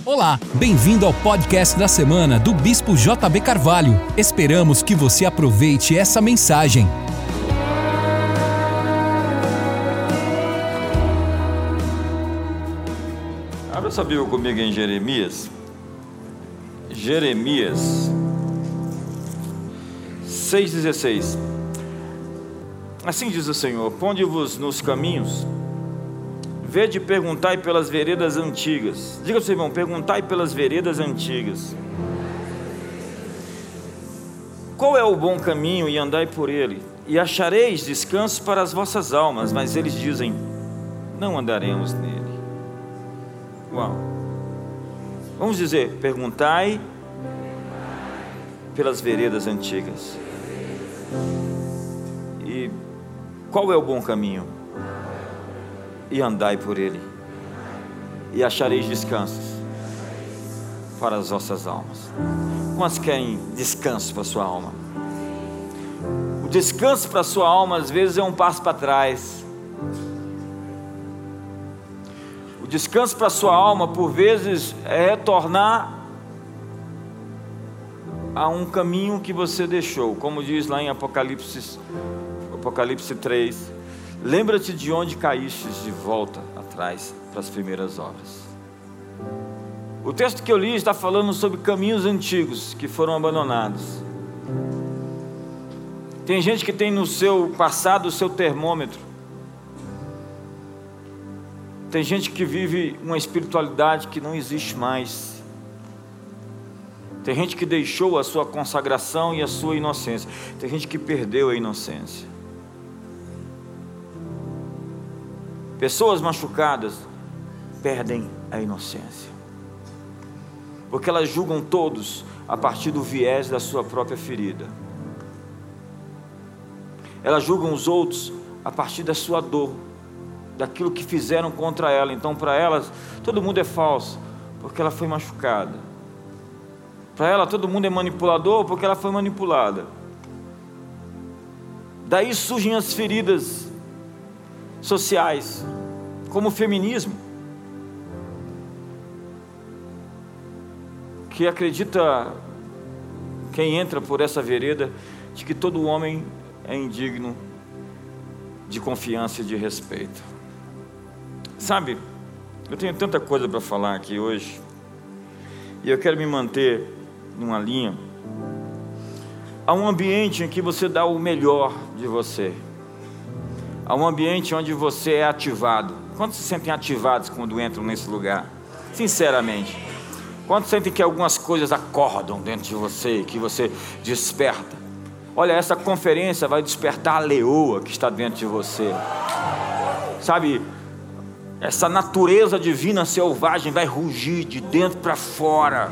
Olá, bem-vindo ao podcast da semana do Bispo JB Carvalho. Esperamos que você aproveite essa mensagem. Abra sua Bíblia comigo em Jeremias. Jeremias 6,16. Assim diz o Senhor: ponde-vos nos caminhos, vede e perguntai pelas veredas antigas. Diga para o seu irmão: perguntai pelas veredas antigas. Qual é o bom caminho, e andai por ele, e achareis descanso para as vossas almas. Mas eles dizem: não andaremos nele. Uau! Vamos dizer: perguntai pelas veredas antigas. E qual é o bom caminho? E andai por ele, e achareis descansos para as vossas almas. Quantos querem descanso para a sua alma? O descanso para a sua alma às vezes é um passo para trás. O descanso para a sua alma por vezes é retornar a um caminho que você deixou, como diz lá em Apocalipse 3. Lembra-te de onde caístes, de volta atrás para as primeiras obras. O texto que eu li está falando sobre caminhos antigos que foram abandonados. Tem gente que tem no seu passado o seu termômetro. Tem gente que vive uma espiritualidade que não existe mais. Tem gente que deixou a sua consagração e a sua inocência. Tem gente que perdeu a inocência. Pessoas machucadas perdem a inocência, porque elas julgam todos a partir do viés da sua própria ferida. Elas julgam os outros a partir da sua dor, daquilo que fizeram contra ela. Então, para elas, todo mundo é falso, porque ela foi machucada. Para ela, todo mundo é manipulador, porque ela foi manipulada. Daí surgem as feridas sociais, como o feminismo, que acredita, quem entra por essa vereda, de que todo homem é indigno de confiança e de respeito. Sabe, eu tenho tanta coisa para falar aqui hoje, e eu quero me manter numa linha. Há um ambiente em que você dá o melhor de você. Há um ambiente onde você é ativado. Quantos se sentem ativados quando entram nesse lugar? Sinceramente. Quantos sentem que algumas coisas acordam dentro de você, que você desperta? Olha, essa conferência vai despertar a leoa que está dentro de você. Sabe, essa natureza divina selvagem vai rugir de dentro para fora.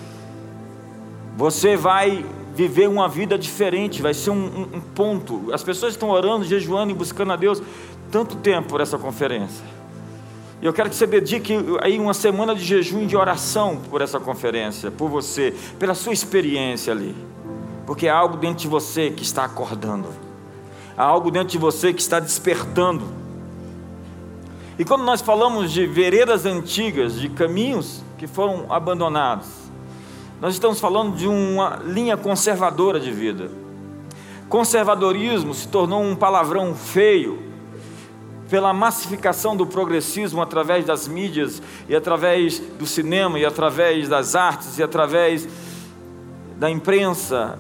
Você vai viver uma vida diferente, vai ser um ponto. As pessoas estão orando, jejuando e buscando a Deus tanto tempo por essa conferência. E eu quero que você dedique aí uma semana de jejum e de oração por essa conferência, por você, pela sua experiência ali. Porque há algo dentro de você que está acordando. Há algo dentro de você que está despertando. E quando nós falamos de veredas antigas, de caminhos que foram abandonados, nós estamos falando de uma linha conservadora de vida. Conservadorismo se tornou um palavrão feio pela massificação do progressismo através das mídias e através do cinema e através das artes e através da imprensa.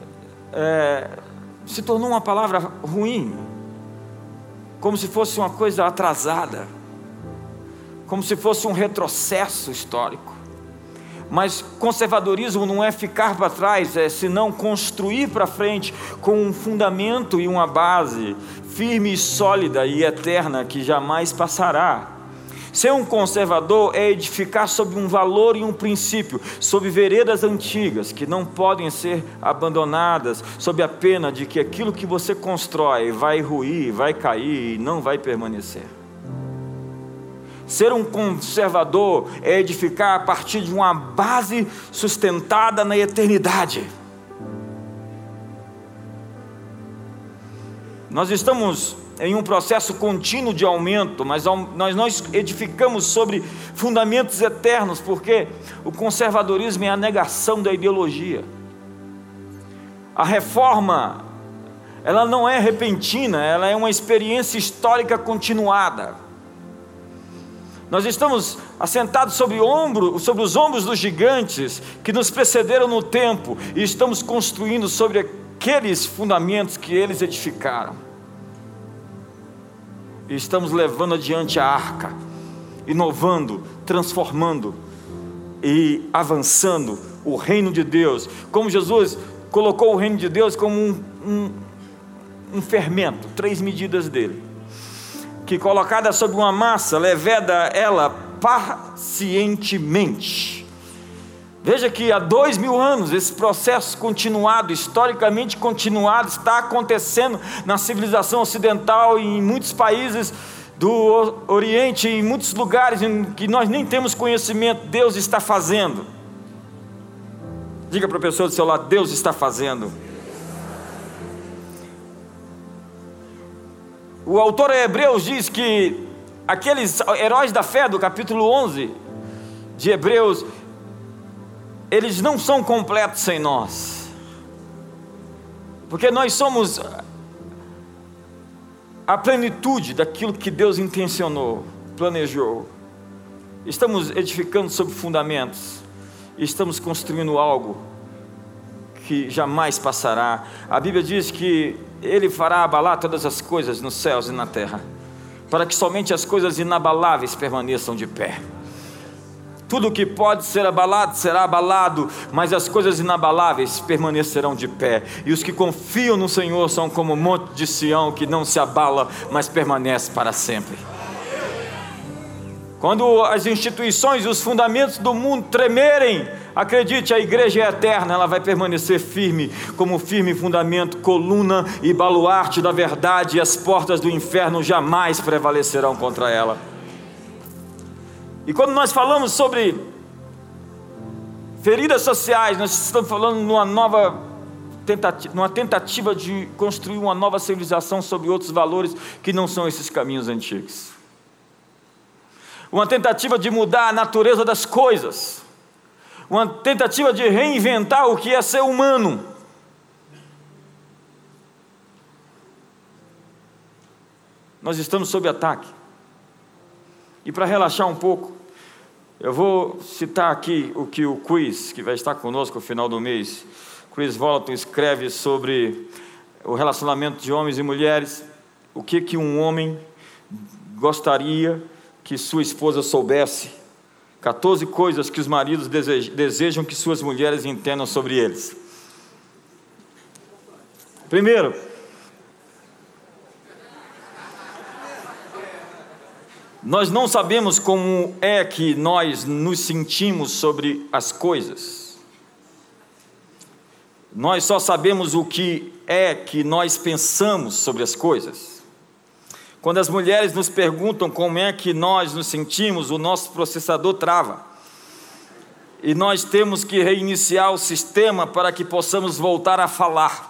Se tornou uma palavra ruim, como se fosse uma coisa atrasada, como se fosse um retrocesso histórico. Mas conservadorismo não é ficar para trás, é senão construir para frente com um fundamento e uma base firme e sólida e eterna que jamais passará. Ser um conservador é edificar sobre um valor e um princípio, sobre veredas antigas que não podem ser abandonadas, sob a pena de que aquilo que você constrói vai ruir, vai cair e não vai permanecer. Ser um conservador é edificar a partir de uma base sustentada na eternidade. Nós estamos em um processo contínuo de aumento, mas nós edificamos sobre fundamentos eternos, porque o conservadorismo é a negação da ideologia. A reforma, ela não é repentina, ela é uma experiência histórica continuada. Nós estamos assentados sobre os ombros dos gigantes que nos precederam no tempo, e estamos construindo sobre aqueles fundamentos que eles edificaram. E estamos levando adiante a arca, inovando, transformando e avançando o reino de Deus. Como Jesus colocou o reino de Deus como um fermento, 3 medidas dele, que colocada sobre uma massa, leveda ela pacientemente. Veja que há 2000 anos esse processo continuado, historicamente continuado, está acontecendo na civilização ocidental e em muitos países do Oriente, em muitos lugares em que nós nem temos conhecimento. Deus está fazendo. Diga para a pessoa do seu lado: Deus está fazendo. O autor de Hebreus diz que aqueles heróis da fé do capítulo 11 de Hebreus, eles não são completos sem nós, porque nós somos a plenitude daquilo que Deus intencionou, planejou. Estamos edificando sobre fundamentos, estamos construindo algo que jamais passará. A Bíblia diz que Ele fará abalar todas as coisas nos céus e na terra, para que somente as coisas inabaláveis permaneçam de pé. Tudo que pode ser abalado será abalado, mas as coisas inabaláveis permanecerão de pé. E os que confiam no Senhor são como o monte de Sião, que não se abala, mas permanece para sempre. Quando as instituições e os fundamentos do mundo tremerem, acredite, a igreja é eterna, ela vai permanecer firme, como firme fundamento, coluna e baluarte da verdade, e as portas do inferno jamais prevalecerão contra ela. E quando nós falamos sobre feridas sociais, nós estamos falando numa tentativa de construir uma nova civilização sobre outros valores que não são esses caminhos antigos. Uma tentativa de mudar a natureza das coisas, uma tentativa de reinventar o que é ser humano. Nós estamos sob ataque. E para relaxar um pouco, eu vou citar aqui o que o Chris, que vai estar conosco no final do mês, Chris Volaton, escreve sobre o relacionamento de homens e mulheres, o que um homem gostaria que sua esposa soubesse, 14 coisas que os maridos desejam que suas mulheres entendam sobre eles. Primeiro, nós não sabemos como é que nós nos sentimos sobre as coisas. Nós só sabemos o que é que nós pensamos sobre as coisas. Quando as mulheres nos perguntam como é que nós nos sentimos, o nosso processador trava. E nós temos que reiniciar o sistema para que possamos voltar a falar.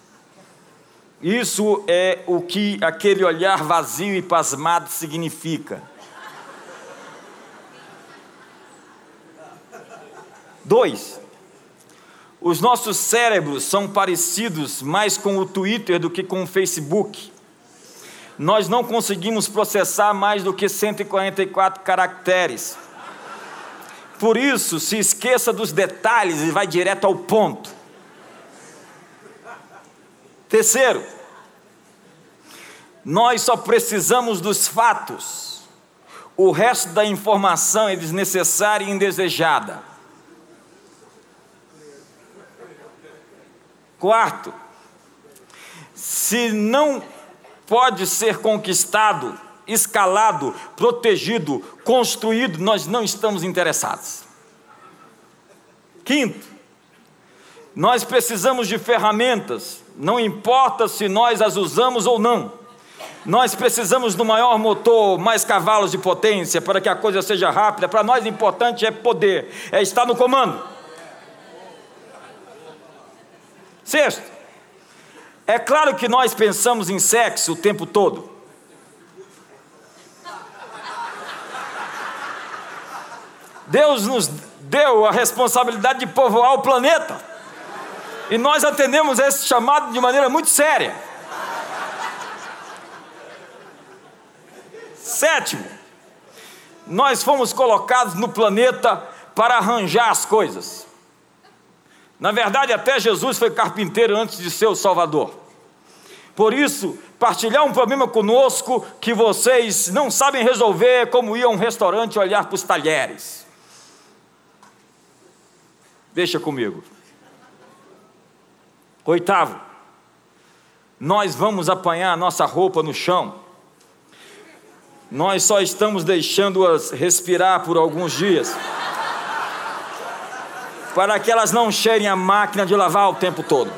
Isso é o que aquele olhar vazio e pasmado significa. 2. Os nossos cérebros são parecidos mais com o Twitter do que com o Facebook. Nós não conseguimos processar mais do que 144 caracteres. Por isso, se esqueça dos detalhes e vai direto ao ponto. Terceiro, nós só precisamos dos fatos. O resto da informação é desnecessária e indesejada. Quarto, se não pode ser conquistado, escalado, protegido, construído, nós não estamos interessados. Quinto, nós precisamos de ferramentas, não importa se nós as usamos ou não. Nós precisamos do maior motor, mais cavalos de potência, para que a coisa seja rápida. Para nós o importante é poder, é estar no comando. Sexto, É claro que nós pensamos em sexo o tempo todo. Deus nos deu a responsabilidade de povoar o planeta. E nós atendemos esse chamado de maneira muito séria. Sétimo, nós fomos colocados no planeta para arranjar as coisas. Na verdade, até Jesus foi carpinteiro antes de ser o Salvador. Por isso, partilhar um problema conosco que vocês não sabem resolver é como ir a um restaurante e olhar para os talheres. Deixa comigo. Oitavo, nós vamos apanhar a nossa roupa no chão. Nós só estamos deixando-as respirar por alguns dias, para que elas não cheirem a máquina de lavar o tempo todo.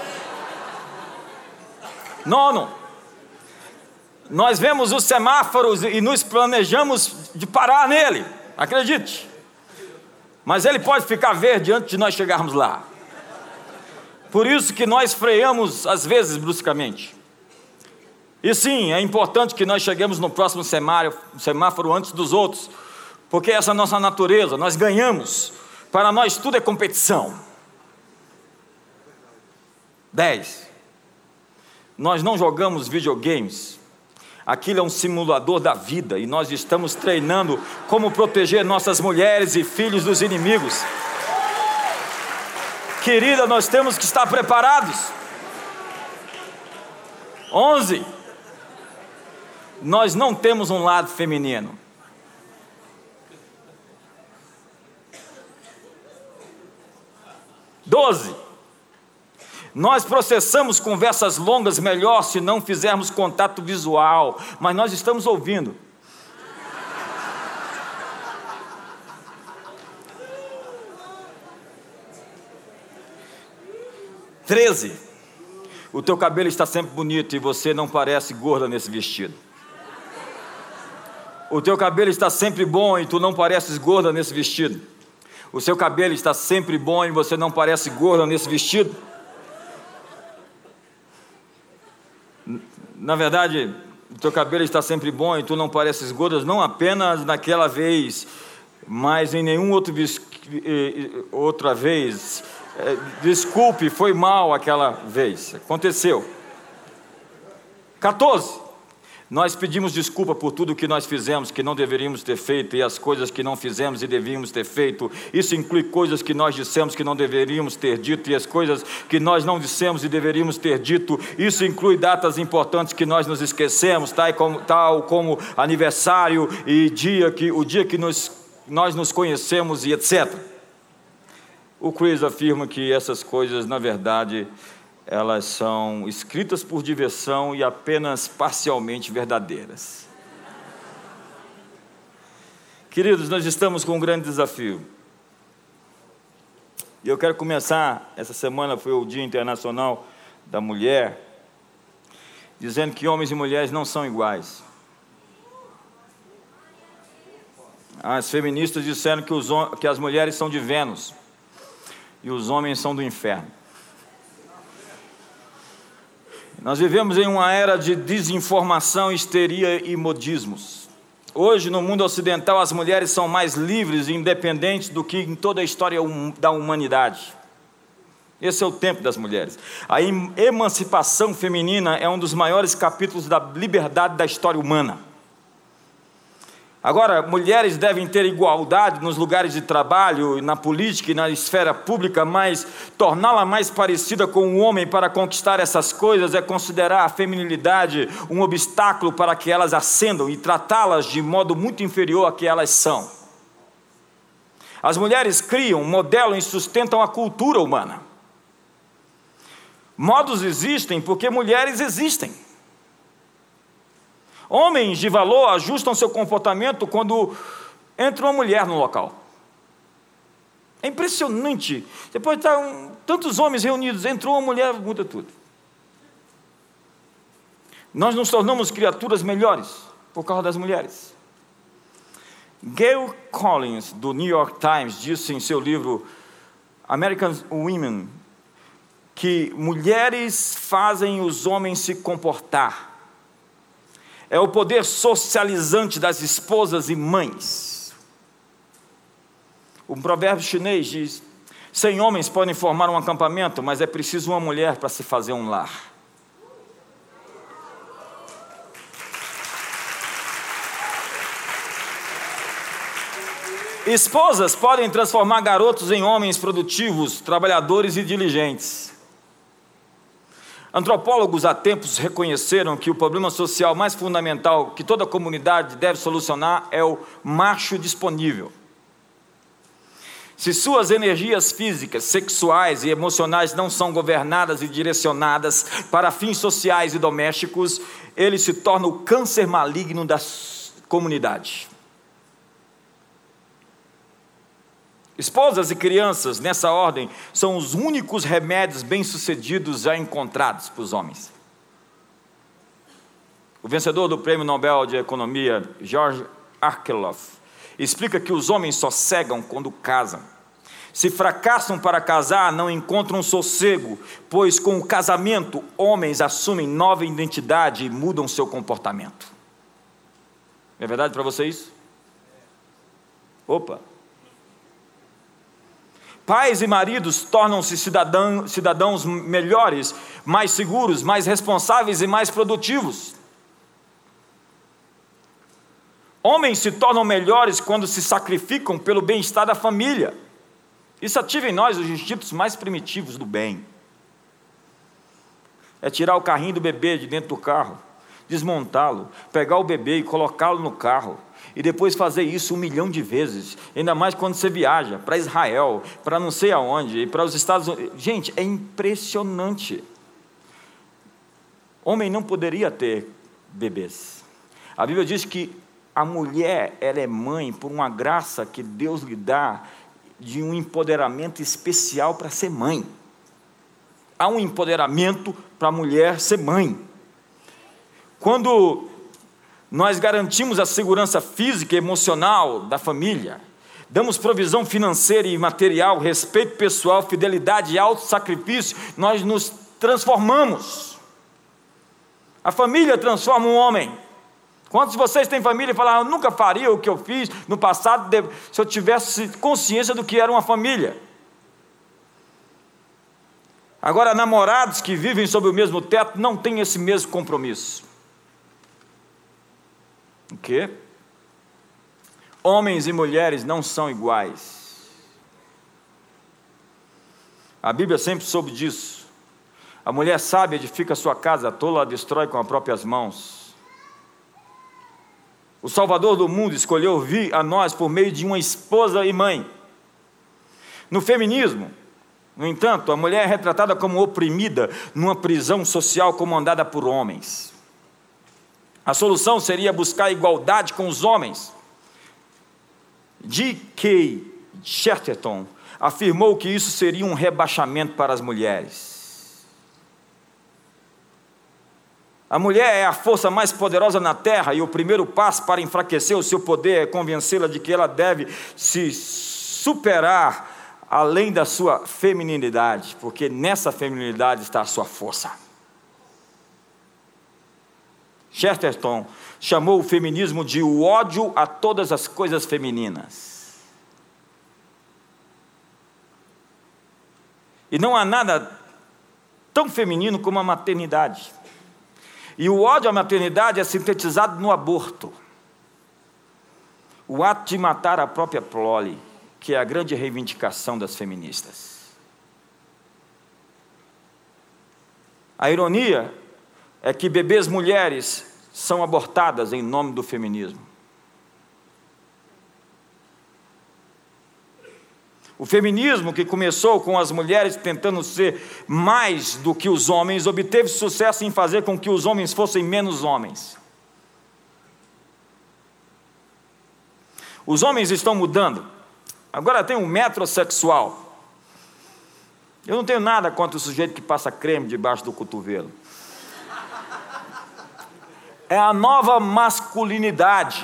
Nono, nós vemos os semáforos e nos planejamos de parar nele, acredite. Mas ele pode ficar verde antes de nós chegarmos lá. Por isso que nós freamos às vezes bruscamente. E sim, é importante que nós cheguemos no próximo semáforo antes dos outros, porque essa é a nossa natureza, nós ganhamos. Para nós tudo é competição. 10. Nós não jogamos videogames. Aquilo é um simulador da vida e nós estamos treinando como proteger nossas mulheres e filhos dos inimigos. Querida, nós temos que estar preparados. 11. Nós não temos um lado feminino. 12. Nós processamos conversas longas melhor se não fizermos contato visual, mas nós estamos ouvindo. 13. O teu cabelo está sempre bonito e você não parece gorda nesse vestido. O teu cabelo está sempre bom e tu não pareces gorda nesse vestido. O seu cabelo está sempre bom e você não parece gorda nesse vestido. Na verdade, o teu cabelo está sempre bom e tu não pareces gorda, não apenas naquela vez, mas em nenhuma outra vez. Desculpe, foi mal aquela vez, aconteceu. 14. Nós pedimos desculpa por tudo que nós fizemos que não deveríamos ter feito e as coisas que não fizemos e devíamos ter feito. Isso inclui coisas que nós dissemos que não deveríamos ter dito e as coisas que nós não dissemos e deveríamos ter dito. Isso inclui datas importantes que nós nos esquecemos, tal como aniversário e o dia que nós nos conhecemos e etc. O Chris afirma que essas coisas, na verdade, elas são escritas por diversão e apenas parcialmente verdadeiras. Queridos, nós estamos com um grande desafio. E eu quero começar, essa semana foi o Dia Internacional da Mulher, dizendo que homens e mulheres não são iguais. As feministas disseram que as mulheres são de Vênus e os homens são do inferno. Nós vivemos em uma era de desinformação, histeria e modismos. Hoje, no mundo ocidental, as mulheres são mais livres e independentes do que em toda a história da humanidade. Esse é o tempo das mulheres. A emancipação feminina é um dos maiores capítulos da liberdade da história humana. Agora, mulheres devem ter igualdade nos lugares de trabalho, na política e na esfera pública, mas torná-la mais parecida com o homem para conquistar essas coisas é considerar a feminilidade um obstáculo para que elas ascendam e tratá-las de modo muito inferior a que elas são. As mulheres criam, modelam e sustentam a cultura humana. Modos existem porque mulheres existem. Homens de valor ajustam seu comportamento quando entra uma mulher no local. É impressionante. Depois de estar tantos homens reunidos, entrou uma mulher, muda tudo. Nós nos tornamos criaturas melhores por causa das mulheres. Gail Collins, do New York Times, disse em seu livro American Women que mulheres fazem os homens se comportar. É o poder socializante das esposas e mães. Um provérbio chinês diz: 100 homens podem formar um acampamento, mas é preciso uma mulher para se fazer um lar. Esposas podem transformar garotos em homens produtivos, trabalhadores e diligentes. Antropólogos há tempos reconheceram que o problema social mais fundamental que toda comunidade deve solucionar é o macho disponível. Se suas energias físicas, sexuais e emocionais não são governadas e direcionadas para fins sociais e domésticos, ele se torna o câncer maligno da comunidade. Esposas e crianças, nessa ordem, são os únicos remédios bem-sucedidos já encontrados para os homens. O vencedor do Prêmio Nobel de Economia, George Arkeloff, explica que os homens só cegam quando casam. Se fracassam para casar, não encontram sossego, pois com o casamento, homens assumem nova identidade e mudam seu comportamento. É verdade para vocês? Opa! Pais e maridos tornam-se cidadãos melhores, mais seguros, mais responsáveis e mais produtivos. Homens se tornam melhores quando se sacrificam pelo bem-estar da família. Isso ativa em nós os instintos mais primitivos do bem. É tirar o carrinho do bebê de dentro do carro, desmontá-lo, pegar o bebê e colocá-lo no carro, e depois fazer isso 1 milhão de vezes, ainda mais quando você viaja para Israel, para não sei aonde, e para os Estados Unidos. Gente, é impressionante. Homem não poderia ter bebês. A Bíblia diz que a mulher, ela é mãe por uma graça que Deus lhe dá, de um empoderamento especial para ser mãe. Há um empoderamento para a mulher ser mãe. Quando nós garantimos a segurança física e emocional da família, damos provisão financeira e material, respeito pessoal, fidelidade e autossacrifício, nós nos transformamos. A família transforma um homem. Quantos de vocês têm família e falam: eu nunca faria o que eu fiz no passado, se eu tivesse consciência do que era uma família? Agora, namorados que vivem sob o mesmo teto não têm esse mesmo compromisso. O quê? Homens e mulheres não são iguais. A Bíblia sempre soube disso. A mulher sábia edifica sua casa, a tola a destrói com as próprias mãos. O Salvador do mundo escolheu vir a nós por meio de uma esposa e mãe. No feminismo, no entanto, a mulher é retratada como oprimida numa prisão social comandada por homens. A solução seria buscar a igualdade com os homens. G.K. Chesterton afirmou que isso seria um rebaixamento para as mulheres. A mulher é a força mais poderosa na terra e o primeiro passo para enfraquecer o seu poder é convencê-la de que ela deve se superar além da sua feminilidade, porque nessa feminilidade está a sua força. Chesterton chamou o feminismo de o ódio a todas as coisas femininas. E não há nada tão feminino como a maternidade. E o ódio à maternidade é sintetizado no aborto. O ato de matar a própria prole, que é a grande reivindicação das feministas. A ironia é que bebês mulheres são abortadas em nome do feminismo. O feminismo, que começou com as mulheres tentando ser mais do que os homens, obteve sucesso em fazer com que os homens fossem menos homens. Os homens estão mudando. Agora tem um metrosexual. Eu não tenho nada contra o sujeito que passa creme debaixo do cotovelo. É a nova masculinidade.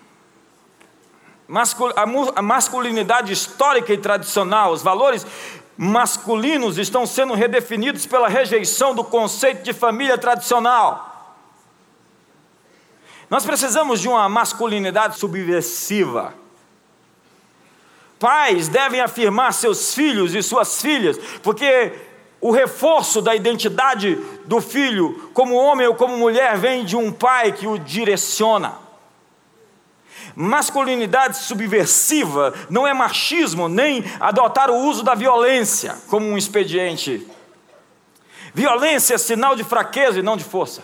A masculinidade histórica e tradicional, os valores masculinos estão sendo redefinidos pela rejeição do conceito de família tradicional. Nós precisamos de uma masculinidade subversiva. Pais devem afirmar seus filhos e suas filhas, porque o reforço da identidade do filho, como homem ou como mulher, vem de um pai que o direciona. Masculinidade subversiva não é machismo, nem adotar o uso da violência como um expediente. Violência é sinal de fraqueza e não de força.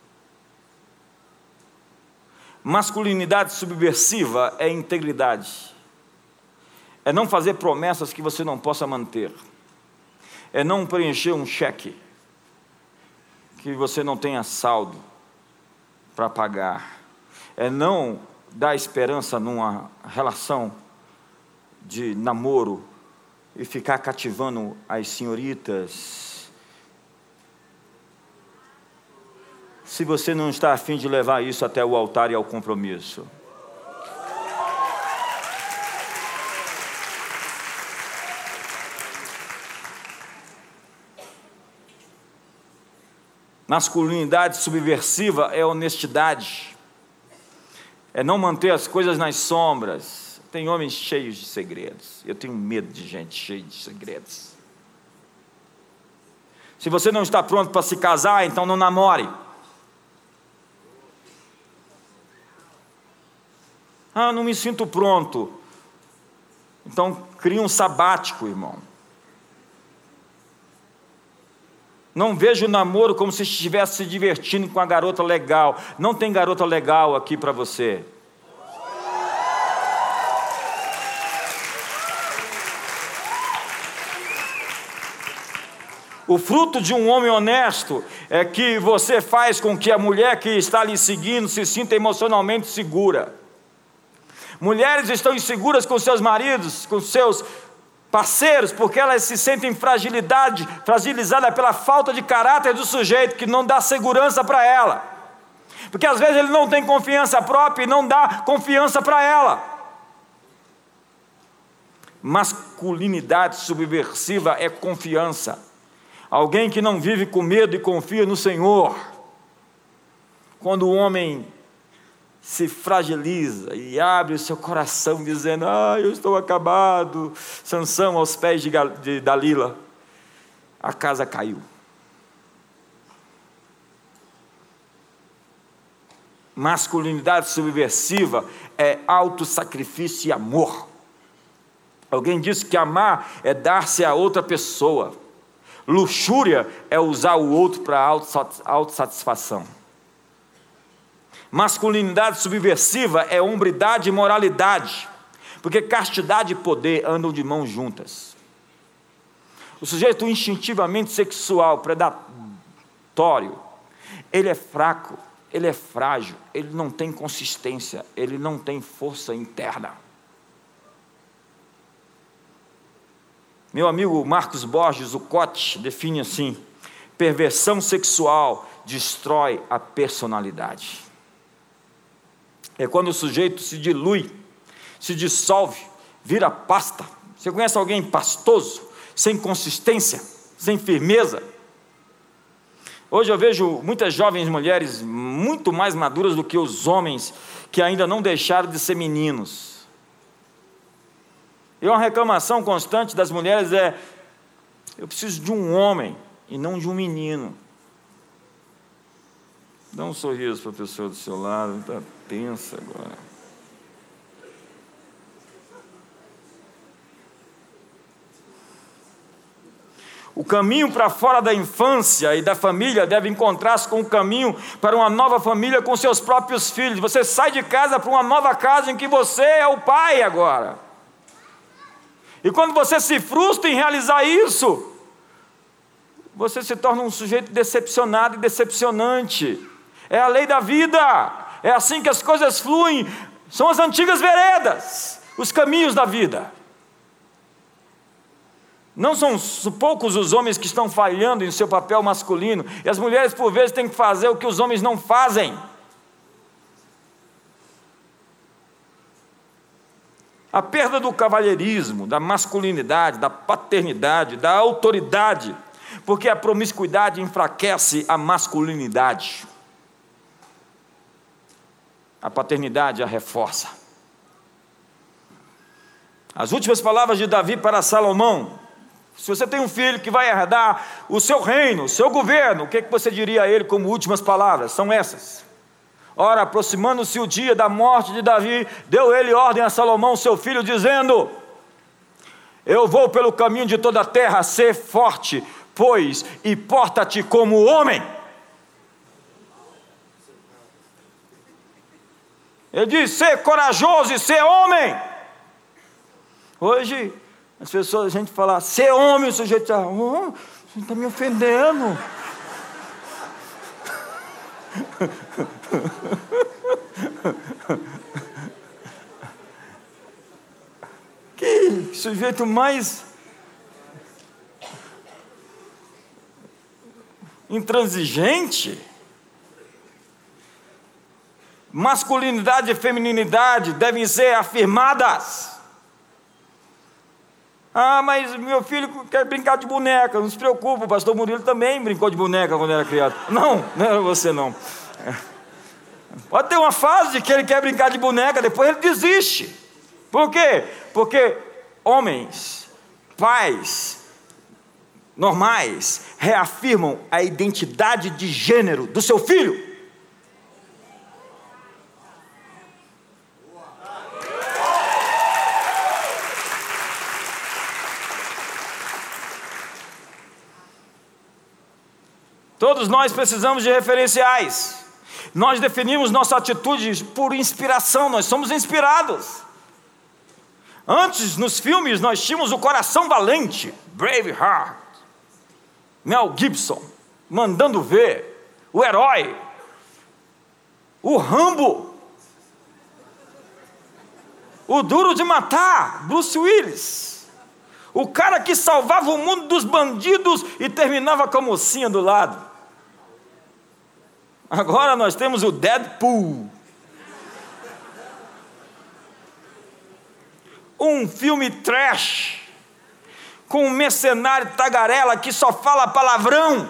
Masculinidade subversiva é integridade. É não fazer promessas que você não possa manter. É não preencher um cheque que você não tenha saldo para pagar. É não dar esperança numa relação de namoro e ficar cativando as senhoritas. Se você não está a fim de levar isso até o altar e ao compromisso. Masculinidade subversiva é honestidade, é não manter as coisas nas sombras. Tem homens cheios de segredos, eu tenho medo de gente cheia de segredos. Se você não está pronto para se casar, então não namore. Não me sinto pronto. Então crie um sabático, irmão. Não veja o namoro como se estivesse se divertindo com a garota legal. Não tem garota legal aqui para você. O fruto de um homem honesto é que você faz com que a mulher que está lhe seguindo se sinta emocionalmente segura. Mulheres estão inseguras com seus maridos, com seus parceiros, porque elas se sentem fragilizadas pela falta de caráter do sujeito, que não dá segurança para ela. Porque às vezes ele não tem confiança própria e não dá confiança para ela. Masculinidade subversiva é confiança. Alguém que não vive com medo e confia no Senhor. Quando o homem se fragiliza e abre o seu coração dizendo: eu estou acabado, Sansão aos pés de Dalila, a casa caiu. Masculinidade subversiva é autossacrifício e amor. Alguém disse que amar é dar-se a outra pessoa. Luxúria é usar o outro para autossatisfação. Masculinidade subversiva é hombridade e moralidade, porque castidade e poder andam de mãos juntas. O sujeito instintivamente sexual, predatório, ele é fraco, ele é frágil, ele não tem consistência, ele não tem força interna. Meu amigo Marcos Borges, o Cote, define assim: perversão sexual destrói a personalidade. É quando o sujeito se dilui, se dissolve, vira pasta. Você conhece alguém pastoso, sem consistência, sem firmeza? Hoje eu vejo muitas jovens mulheres muito mais maduras do que os homens que ainda não deixaram de ser meninos. E uma reclamação constante das mulheres é: eu preciso de um homem e não de um menino. Dá um sorriso para a pessoa do seu lado, está tensa agora. O caminho para fora da infância e da família deve encontrar-se com o caminho para uma nova família com seus próprios filhos. Você sai de casa para uma nova casa em que você é o pai agora. E quando você se frustra em realizar isso, você se torna um sujeito decepcionado e decepcionante. É a lei da vida, é assim que as coisas fluem, são as antigas veredas, os caminhos da vida. Não são poucos os homens que estão falhando em seu papel masculino, e as mulheres por vezes têm que fazer o que os homens não fazem. A perda do cavalheirismo, da masculinidade, da paternidade, da autoridade, porque a promiscuidade enfraquece a masculinidade. A paternidade a reforça. As últimas palavras de Davi para Salomão: se você tem um filho que vai herdar o seu reino, o seu governo, o que você diria a ele como últimas palavras? São essas: ora, aproximando-se o dia da morte de Davi, deu ele ordem a Salomão, seu filho, dizendo: eu vou pelo caminho de toda a terra, ser forte, pois, e porta-te como homem. Ele diz: ser corajoso e ser homem. Hoje, as pessoas, a gente fala, ser homem, o sujeito está, você está me ofendendo. Que sujeito mais intransigente. Masculinidade e feminilidade devem ser afirmadas. Ah, mas meu filho quer brincar de boneca. Não se preocupe, o pastor Murilo também brincou de boneca quando era criado. Não, não era você não. Pode ter uma fase que ele quer brincar de boneca, depois ele desiste. Por quê? Porque homens, pais normais, reafirmam a identidade de gênero do seu filho. Todos nós precisamos de referenciais. Nós definimos nossa atitude por inspiração, nós somos inspirados. Antes, nos filmes, nós tínhamos o Coração Valente, Braveheart, Mel Gibson, Mandando Ver, o Herói, o Rambo, o Duro de Matar, Bruce Willis, o cara que salvava o mundo dos bandidos e terminava com a mocinha do lado. Agora nós temos o Deadpool. Um filme trash, com um mercenário tagarela que só fala palavrão.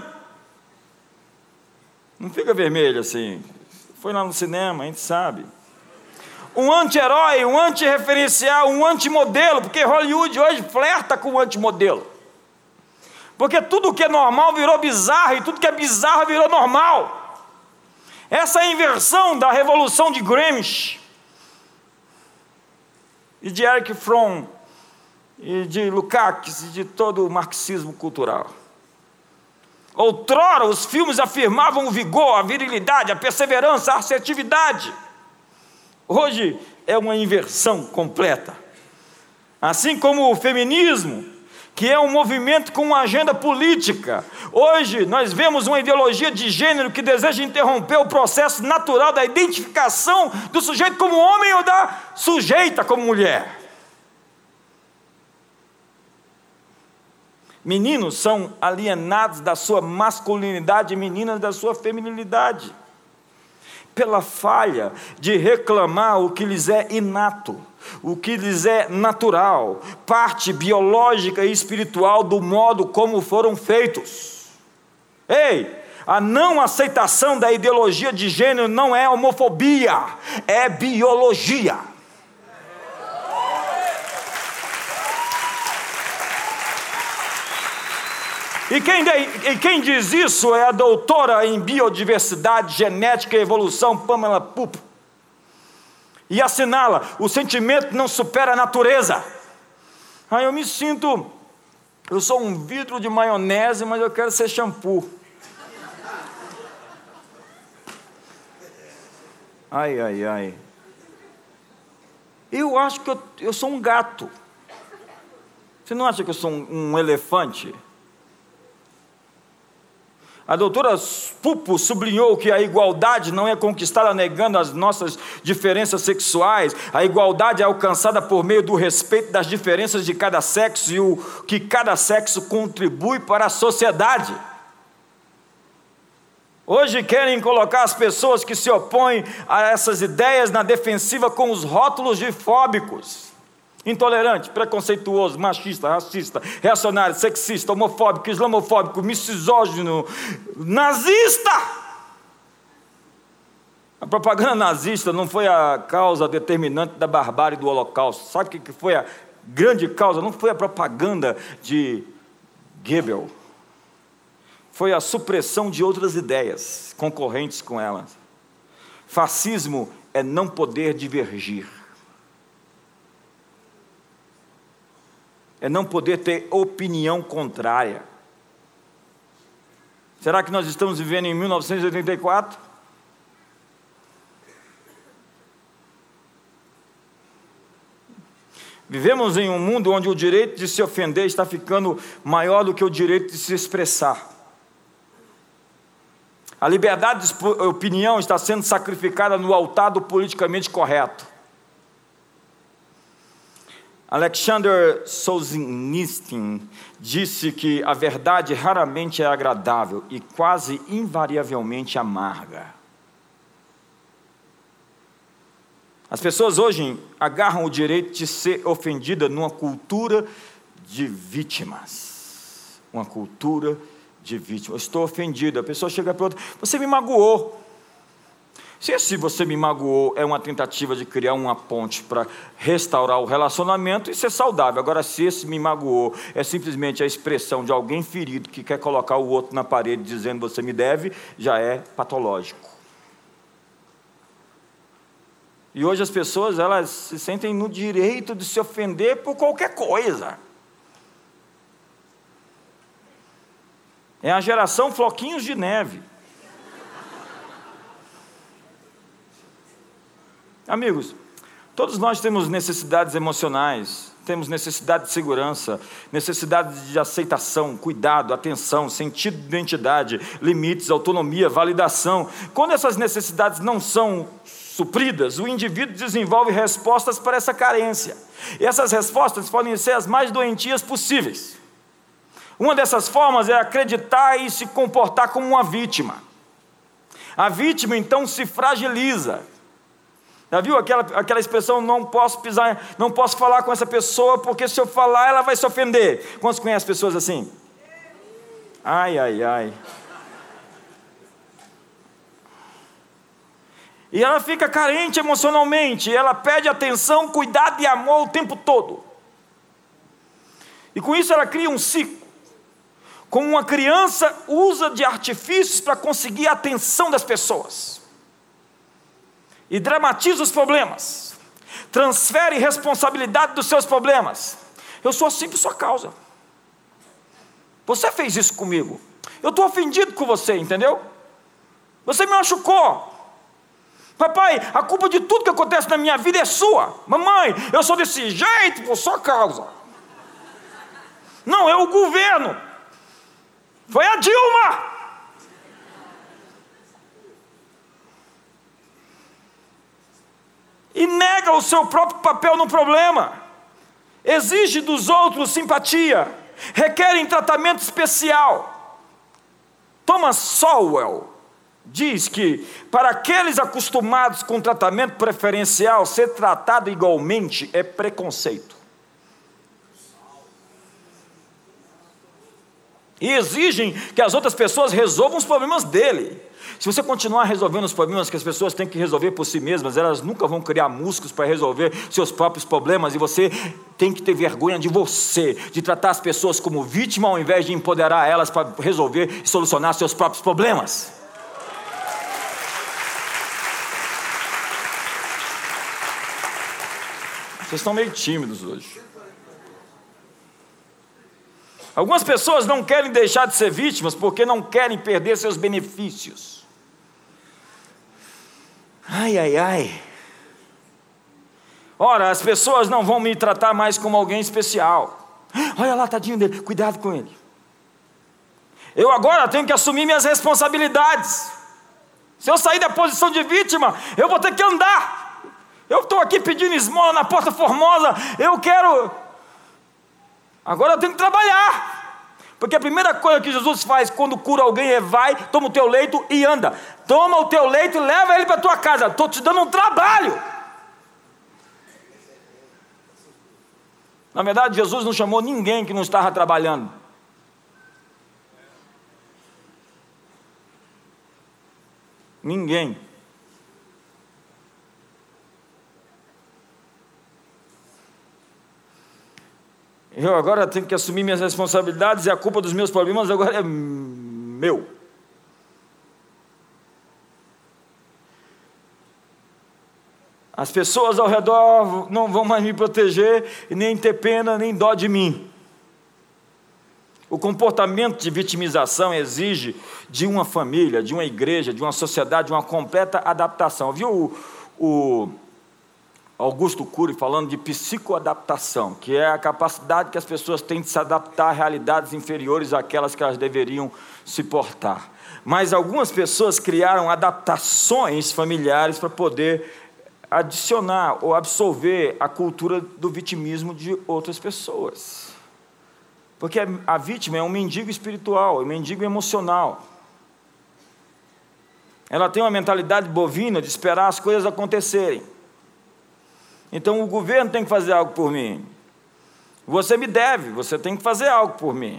Não fica vermelho assim. Foi lá no cinema, a gente sabe. Um anti-herói, um anti-referencial, um anti-modelo, porque Hollywood hoje flerta com o anti-modelo. Porque tudo que é normal virou bizarro e tudo que é bizarro virou normal. Essa é a inversão da revolução de Gramsci e de Erich Fromm e de Lukács e de todo o marxismo cultural. Outrora os filmes afirmavam o vigor, a virilidade, a perseverança, a assertividade. Hoje é uma inversão completa. Assim como o feminismo, que é um movimento com uma agenda política. Hoje nós vemos uma ideologia de gênero que deseja interromper o processo natural da identificação do sujeito como homem ou da sujeita como mulher. Meninos são alienados da sua masculinidade e meninas da sua feminilidade, pela falha de reclamar o que lhes é inato, o que lhes é natural, parte biológica e espiritual do modo como foram feitos. Ei, a não aceitação da ideologia de gênero não é homofobia, é biologia. E quem diz isso é a doutora em biodiversidade, genética e evolução, Pamela Pupo. E assinala: o sentimento não supera a natureza. Aí eu me sinto, eu sou um vidro de maionese, mas eu quero ser shampoo. Ai, ai, ai. Eu acho que eu sou um gato. Você não acha que eu sou um elefante? A doutora Pupo sublinhou que a igualdade não é conquistada negando as nossas diferenças sexuais. A igualdade é alcançada por meio do respeito das diferenças de cada sexo e o que cada sexo contribui para a sociedade. Hoje querem colocar as pessoas que se opõem a essas ideias na defensiva com os rótulos de fóbicos. intolerante, preconceituoso, machista, racista, reacionário, sexista, homofóbico, islamofóbico, misógino, nazista. A propaganda nazista não foi a causa determinante da barbárie do Holocausto. Sabe o que foi a grande causa? Não foi a propaganda de Goebbels. Foi a supressão de outras ideias concorrentes com elas. Fascismo é não poder divergir. É não poder ter opinião contrária. Será que nós estamos vivendo em 1984? Vivemos em um mundo onde o direito de se ofender está ficando maior do que o direito de se expressar. A liberdade de opinião está sendo sacrificada no altar do politicamente correto. Alexander Solzhenitsyn disse que a verdade raramente é agradável e quase invariavelmente amarga. As pessoas hoje agarram o direito de ser ofendida numa cultura de vítimas. Uma cultura de vítimas. Eu estou ofendido. A pessoa chega para outra: você me magoou. Se você me magoou é uma tentativa de criar uma ponte para restaurar o relacionamento, isso é saudável. Agora, se esse me magoou é simplesmente a expressão de alguém ferido que quer colocar o outro na parede dizendo você me deve, já é patológico. E hoje as pessoas, elas se sentem no direito de se ofender por qualquer coisa. É a geração floquinhos de neve. Amigos, todos nós temos necessidades emocionais, temos necessidade de segurança, necessidade de aceitação, cuidado, atenção, sentido de identidade, limites, autonomia, validação. Quando essas necessidades não são supridas, o indivíduo desenvolve respostas para essa carência. E essas respostas podem ser as mais doentias possíveis. Uma dessas formas é acreditar e se comportar como uma vítima. A vítima, então, se fragiliza. Já viu aquela expressão: não posso pisar, não posso falar com essa pessoa, porque se eu falar, ela vai se ofender. Quantos conhecem pessoas assim? Ai, ai, ai. E ela fica carente emocionalmente, ela pede atenção, cuidado e amor o tempo todo. E com isso ela cria um ciclo. Como uma criança usa de artifícios para conseguir a atenção das pessoas. E dramatiza os problemas. Transfere responsabilidade dos seus problemas. Eu sou assim por sua causa. Você fez isso comigo. Eu estou ofendido com você, entendeu? Você me machucou. Papai, a culpa de tudo que acontece na minha vida é sua. Mamãe, eu sou desse jeito por sua causa. Não, é o governo. Foi a Dilma. E nega o seu próprio papel no problema. Exige dos outros simpatia. Requerem tratamento especial. Thomas Sowell diz que, para aqueles acostumados com tratamento preferencial, ser tratado igualmente é preconceito. E exigem que as outras pessoas resolvam os problemas dele. Se você continuar resolvendo os problemas que as pessoas têm que resolver por si mesmas, elas nunca vão criar músculos para resolver seus próprios problemas, e você tem que ter vergonha de você, de tratar as pessoas como vítima, ao invés de empoderar elas para resolver e solucionar seus próprios problemas. Vocês estão meio tímidos hoje. Algumas pessoas não querem deixar de ser vítimas porque não querem perder seus benefícios. Ai, ai, ai. Ora, as pessoas não vão me tratar mais como alguém especial. Olha lá, tadinho dele, cuidado com ele. Eu agora tenho que assumir minhas responsabilidades. Se eu sair da posição de vítima, eu vou ter que andar. Eu estou aqui pedindo esmola na Porta Formosa, eu quero... Agora eu tenho que trabalhar. Porque a primeira coisa que Jesus faz quando cura alguém é: vai, toma o teu leito e anda. Toma o teu leito e leva ele para a tua casa. Estou te dando um trabalho. Na verdade, Jesus não chamou ninguém que não estava trabalhando. Ninguém. Eu agora tenho que assumir minhas responsabilidades e a culpa dos meus problemas agora é meu. As pessoas ao redor não vão mais me proteger e nem ter pena, nem dó de mim. O comportamento de vitimização exige de uma família, de uma igreja, de uma sociedade, uma completa adaptação. Viu o Augusto Cury falando de psicoadaptação, que é a capacidade que as pessoas têm de se adaptar a realidades inferiores àquelas que elas deveriam se portar. Mas algumas pessoas criaram adaptações familiares para poder adicionar ou absorver a cultura do vitimismo de outras pessoas. Porque a vítima é um mendigo espiritual, um mendigo emocional. Ela tem uma mentalidade bovina de esperar as coisas acontecerem. Então o governo tem que fazer algo por mim. Você me deve, você tem que fazer algo por mim.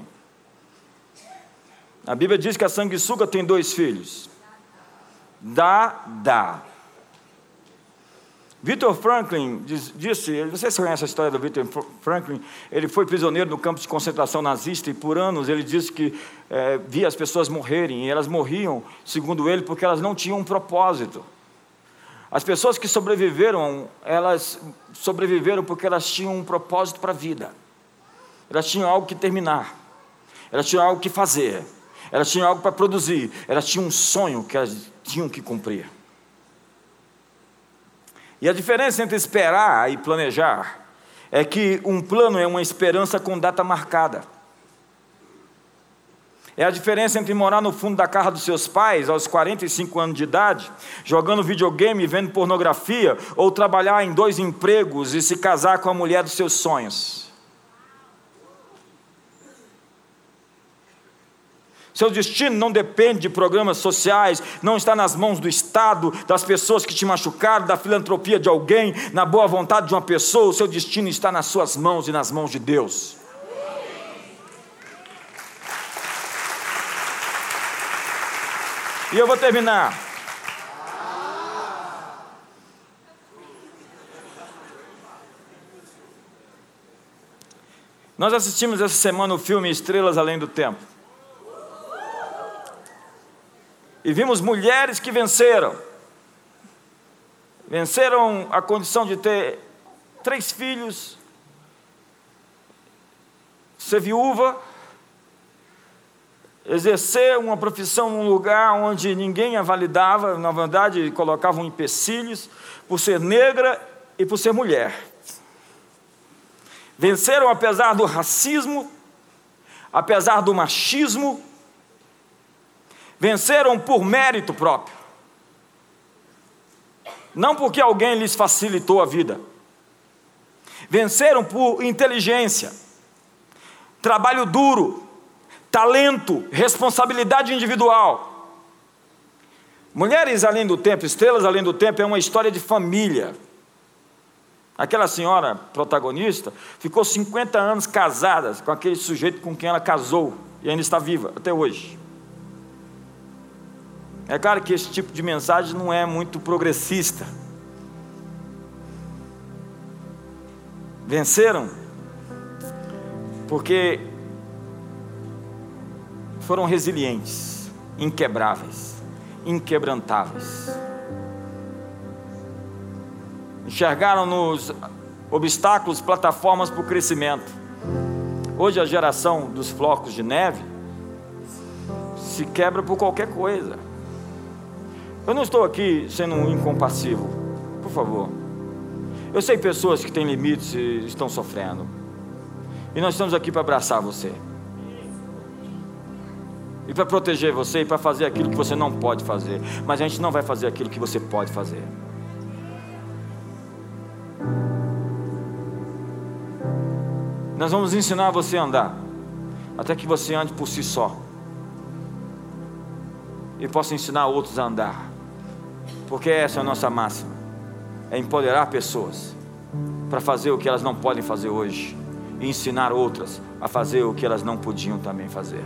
A Bíblia diz que a sanguessuga tem 2 filhos. Dá. Victor Franklin disse, vocês conhecem a história do Victor Franklin? Ele foi prisioneiro no campo de concentração nazista e por anos ele disse que via as pessoas morrerem, e elas morriam, segundo ele, porque elas não tinham um propósito. As pessoas que sobreviveram, elas sobreviveram porque elas tinham um propósito para a vida. Elas tinham algo que terminar, elas tinham algo que fazer, elas tinham algo para produzir, elas tinham um sonho que elas tinham que cumprir. E a diferença entre esperar e planejar é que um plano é uma esperança com data marcada. É a diferença entre morar no fundo da casa dos seus pais aos 45 anos de idade, jogando videogame e vendo pornografia, ou trabalhar em 2 empregos e se casar com a mulher dos seus sonhos. Seu destino não depende de programas sociais, não está nas mãos do Estado, das pessoas que te machucaram, da filantropia de alguém, na boa vontade de uma pessoa. O seu destino está nas suas mãos e nas mãos de Deus. E eu vou terminar. Nós assistimos essa semana o filme Estrelas Além do Tempo. E vimos mulheres que venceram a condição de ter 3 filhos, ser viúva, exercer uma profissão num lugar onde ninguém a validava, na verdade colocavam empecilhos, por ser negra e por ser mulher. Venceram apesar do racismo, apesar do machismo, venceram por mérito próprio. Não porque alguém lhes facilitou a vida. Venceram por inteligência, trabalho duro, talento, responsabilidade individual. Mulheres Além do Tempo, Estrelas Além do Tempo é uma história de família. Aquela senhora protagonista ficou 50 anos casada com aquele sujeito com quem ela casou e ainda está viva até hoje. É claro que esse tipo de mensagem não é muito progressista. Venceram porque foram resilientes, inquebráveis, inquebrantáveis. Enxergaram nos obstáculos plataformas para o crescimento. Hoje a geração dos flocos de neve se quebra por qualquer coisa. Eu não estou aqui sendo um incompassivo, por favor. Eu sei pessoas que têm limites e estão sofrendo. E nós estamos aqui para abraçar você. E para proteger você e para fazer aquilo que você não pode fazer. Mas a gente não vai fazer aquilo que você pode fazer. Nós vamos ensinar você a andar, até que você ande por si só. E possa ensinar outros a andar. Porque essa é a nossa máxima. É empoderar pessoas para fazer o que elas não podem fazer hoje. e ensinar outras a fazer o que elas não podiam também fazer.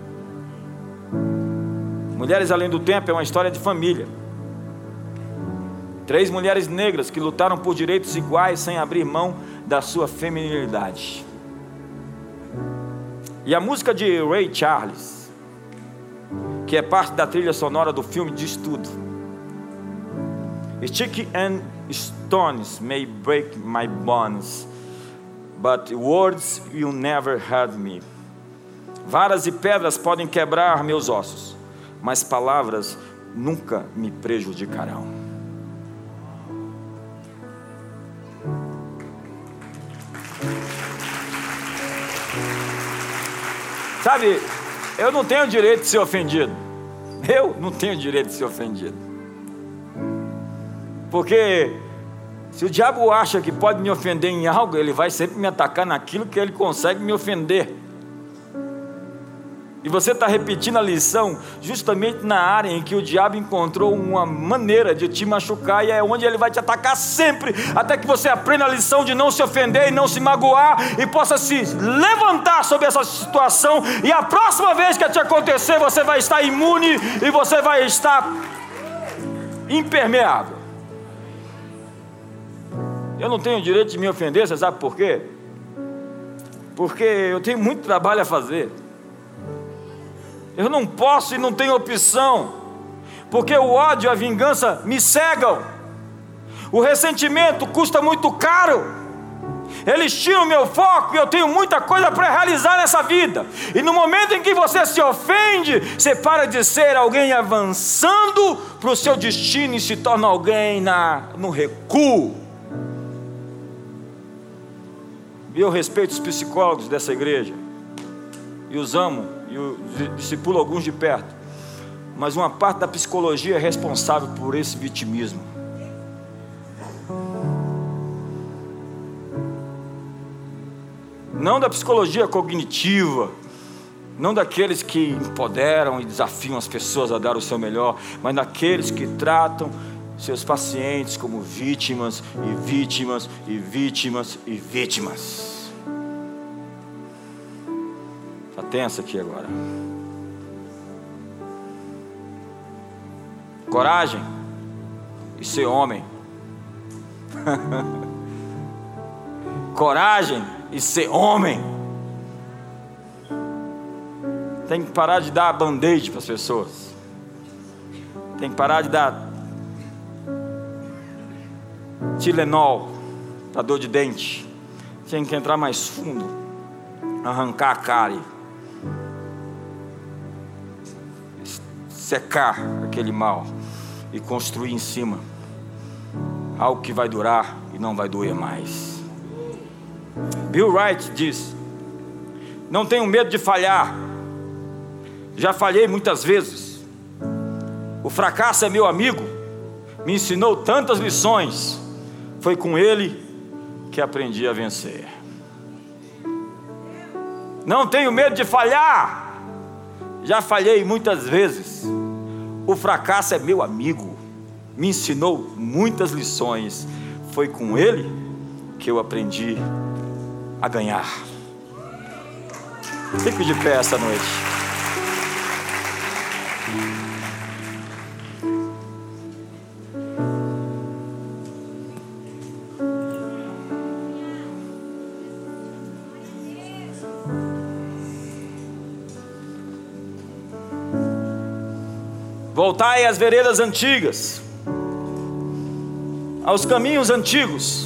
Mulheres Além do Tempo é uma história de família. 3 mulheres negras que lutaram por direitos iguais sem abrir mão da sua feminilidade. E a música de Ray Charles, que é parte da trilha sonora do filme, diz tudo. Stick and stones may break my bones, but words will never hurt me. Varas e pedras podem quebrar meus ossos, mas palavras nunca me prejudicarão. Sabe, eu não tenho direito de ser ofendido. Eu não tenho direito de ser ofendido. Porque se o diabo acha que pode me ofender em algo, ele vai sempre me atacar naquilo que ele consegue me ofender. E você está repetindo a lição justamente na área em que o diabo encontrou uma maneira de te machucar, e é onde ele vai te atacar sempre, até que você aprenda a lição de não se ofender e não se magoar, e possa se levantar sobre essa situação, e a próxima vez que te acontecer, você vai estar imune e você vai estar impermeável. Eu não tenho direito de me ofender, você sabe por quê? Porque eu tenho muito trabalho a fazer. Eu não posso e não tenho opção, porque o ódio e a vingança me cegam. O ressentimento custa muito caro. Eles tiram meu foco e eu tenho muita coisa para realizar nessa vida. E no momento em que você se ofende, você para de ser alguém avançando para o seu destino e se torna alguém no recuo. E eu respeito os psicólogos dessa igreja e os amo, e eu discipulo alguns de perto, mas uma parte da psicologia é responsável por esse vitimismo. Não da psicologia cognitiva, não daqueles que empoderam e desafiam as pessoas a dar o seu melhor, mas daqueles que tratam seus pacientes como vítimas e vítimas e vítimas e vítimas. Está tenso aqui agora. Coragem e ser homem. Coragem e ser homem. Tem que parar de dar band-aid para as pessoas. Tem que parar de dar Tilenol para dor de dente. Tem que entrar mais fundo, arrancar a cárie, secar aquele mal e construir em cima algo que vai durar e não vai doer mais. Bill Wright diz: não tenho medo de falhar, já falhei muitas vezes. O fracasso é meu amigo, me ensinou tantas lições, foi com ele que aprendi a vencer. Não tenho medo de falhar, já falhei muitas vezes. O fracasso é meu amigo, me ensinou muitas lições, foi com ele que eu aprendi a ganhar. Fique de pé essa noite. Voltai às veredas antigas, aos caminhos antigos.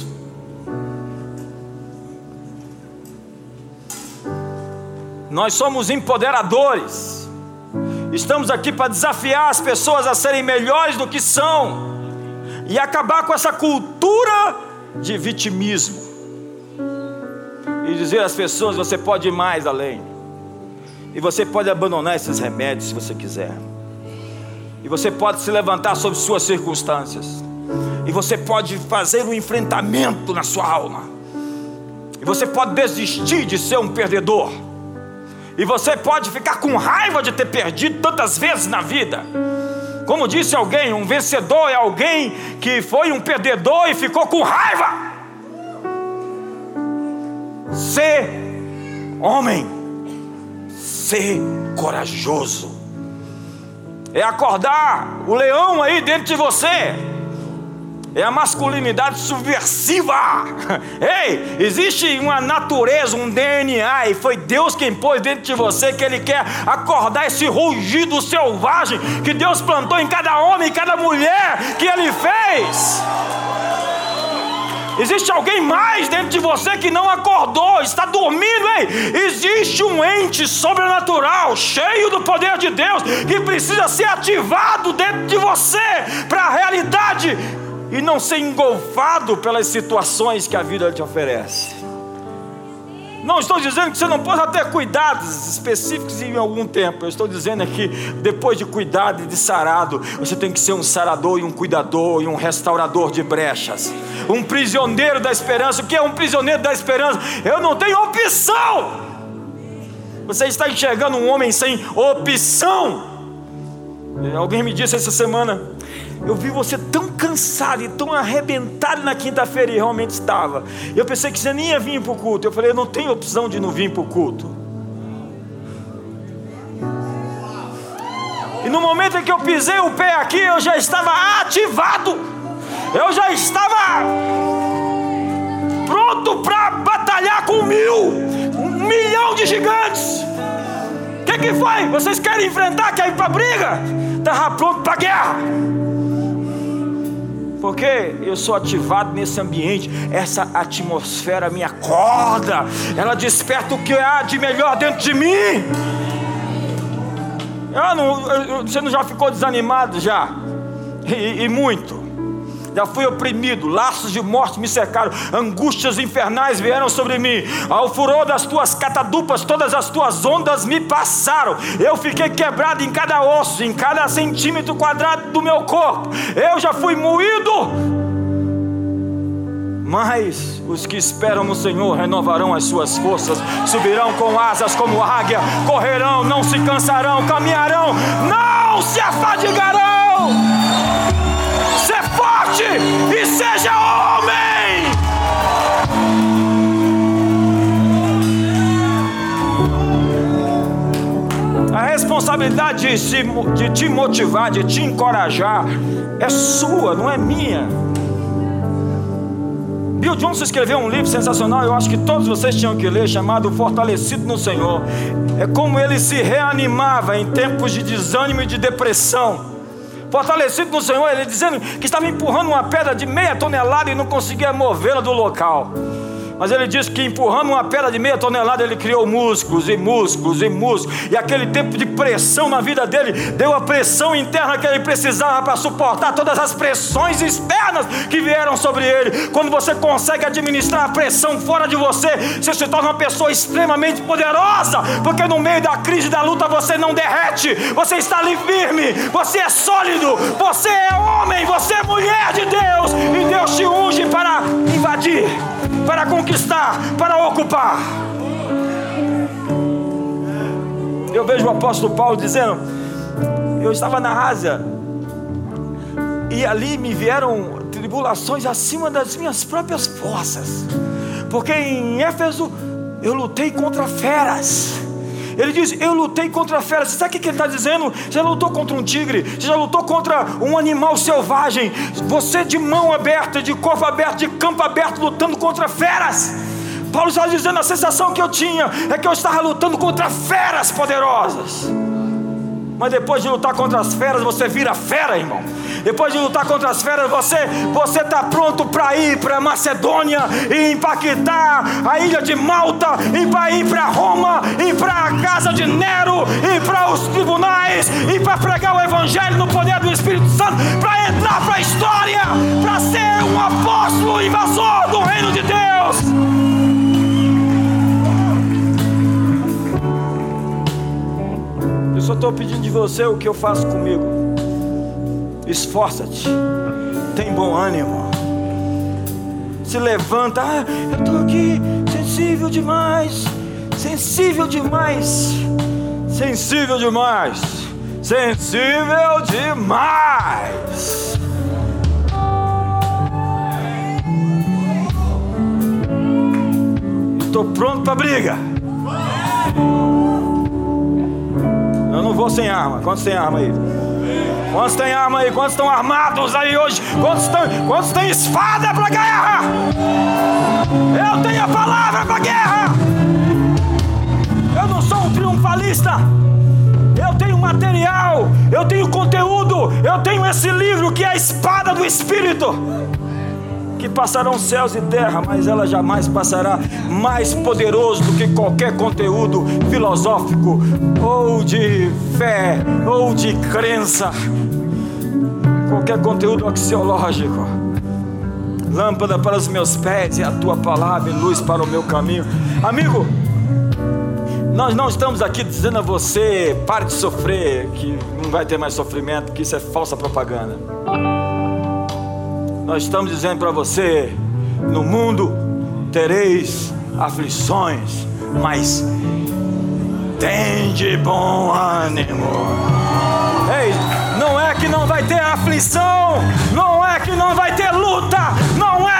Nós somos empoderadores. Estamos aqui para desafiar as pessoas a serem melhores do que são e acabar com essa cultura de vitimismo e dizer às pessoas: você pode ir mais além, e você pode abandonar esses remédios se você quiser, e você pode se levantar sobre suas circunstâncias, e você pode fazer um enfrentamento na sua alma, e você pode desistir de ser um perdedor, e você pode ficar com raiva de ter perdido tantas vezes na vida. Como disse alguém, um vencedor é alguém que foi um perdedor e ficou com raiva. ser homem, ser corajoso. É acordar o leão aí dentro de você. É a masculinidade subversiva. Ei, existe uma natureza, um DNA, e foi Deus quem pôs dentro de você, que Ele quer acordar esse rugido selvagem que Deus plantou em cada homem e cada mulher que Ele fez. Existe alguém mais dentro de você que não acordou, está dormindo, ei? Existe um ente sobrenatural, cheio do poder de Deus, que precisa ser ativado dentro de você, para a realidade, e não ser engolfado pelas situações que a vida te oferece. Não estou dizendo que você não possa ter cuidados específicos em algum tempo. Eu estou dizendo que depois de cuidado e de sarado, você tem que ser um sarador e um cuidador e um restaurador de brechas. Um prisioneiro da esperança. O que é um prisioneiro da esperança? Eu não tenho opção. Você está enxergando um homem sem opção. Alguém me disse essa semana: eu vi você tão cansado e tão arrebentado na quinta-feira, e realmente estava. Eu pensei que você nem ia vir para o culto. Eu falei: eu não tenho opção de não vir para o culto. E no momento em que eu pisei o pé aqui, eu já estava ativado. Eu já estava pronto para batalhar com 1 milhão de gigantes. O que foi? Vocês querem enfrentar? Querem ir para a briga? Estava pronto para a guerra. Porque eu sou ativado nesse ambiente. Essa atmosfera me acorda. Ela desperta o que há de melhor dentro de mim. Você não já ficou desanimado já? E muito. Já fui oprimido, laços de morte me cercaram, angústias infernais vieram sobre mim. Ao furor das tuas catadupas, todas as tuas ondas me passaram. Eu fiquei quebrado em cada osso, em cada centímetro quadrado do meu corpo. Eu já fui moído. Mas os que esperam no Senhor renovarão as suas forças, subirão com asas como águia, correrão, não se cansarão, caminharão, não se afadigarão. Ser forte e seja homem. A responsabilidade de te motivar, de te encorajar, é sua, não é minha. Bill Johnson escreveu um livro sensacional, eu acho que todos vocês tinham que ler, chamado Fortalecido no Senhor. É como ele se reanimava em tempos de desânimo e de depressão. Fortalecido no Senhor, ele dizendo que estava empurrando uma pedra de 0,5 tonelada e não conseguia movê-la do local. Mas ele disse que empurrando uma pedra de 0,5 tonelada, ele criou músculos e músculos e músculos. E aquele tempo de pressão na vida dele deu a pressão interna que ele precisava para suportar todas as pressões externas que vieram sobre ele. Quando você consegue administrar a pressão fora de você, você se torna uma pessoa extremamente poderosa. Porque no meio da crise, da luta, você não derrete. Você está ali firme, você é sólido, você é homem, você é mulher de Deus. E Deus te unge para invadir, para conquistar, para ocupar. Eu vejo o apóstolo Paulo dizendo: eu estava na Ásia e ali me vieram tribulações acima das minhas próprias forças, porque em Éfeso eu lutei contra feras. Ele diz: eu lutei contra feras. Sabe o que ele está dizendo? Você já lutou contra um tigre, você já lutou contra um animal selvagem. Você de mão aberta, de corpo aberto, de campo aberto, lutando contra feras. Paulo está dizendo: a sensação que eu tinha é que eu estava lutando contra feras poderosas. Mas depois de lutar contra as feras, você vira fera, irmão. Depois de lutar contra as feras, você está pronto para ir para Macedônia e impactar a ilha de Malta, e para ir para Roma, e para a casa de Nero, e para os tribunais, e para pregar o evangelho no poder do Espírito Santo, para entrar para a história, para ser um apóstolo invasor do reino de Deus. Eu só estou pedindo de você o que eu faço comigo. Esforça-te, tem bom ânimo, se levanta. Eu estou aqui sensível demais, sensível demais, sensível demais, sensível demais. estou pronto para a briga. Eu não vou sem arma. Quantos tem arma aí? Quantos tem arma aí? Quantos estão armados aí hoje? Quantos têm espada para a guerra? Eu tenho a palavra para a guerra. Eu não sou um triunfalista. Eu tenho material, eu tenho conteúdo, eu tenho esse livro que é a espada do Espírito, que passarão céus e terra, mas ela jamais passará. Mais poderoso do que qualquer conteúdo filosófico, ou de fé, ou de crença, qualquer conteúdo axiológico. Lâmpada para os meus pés e a tua palavra e luz para o meu caminho. Amigo, nós não estamos aqui dizendo a você, pare de sofrer, que não vai ter mais sofrimento, que isso é falsa propaganda. Nós estamos dizendo para você, no mundo tereis aflições, mas tende bom ânimo. Ei, não é que não vai ter aflição, não é que não vai ter luta, não é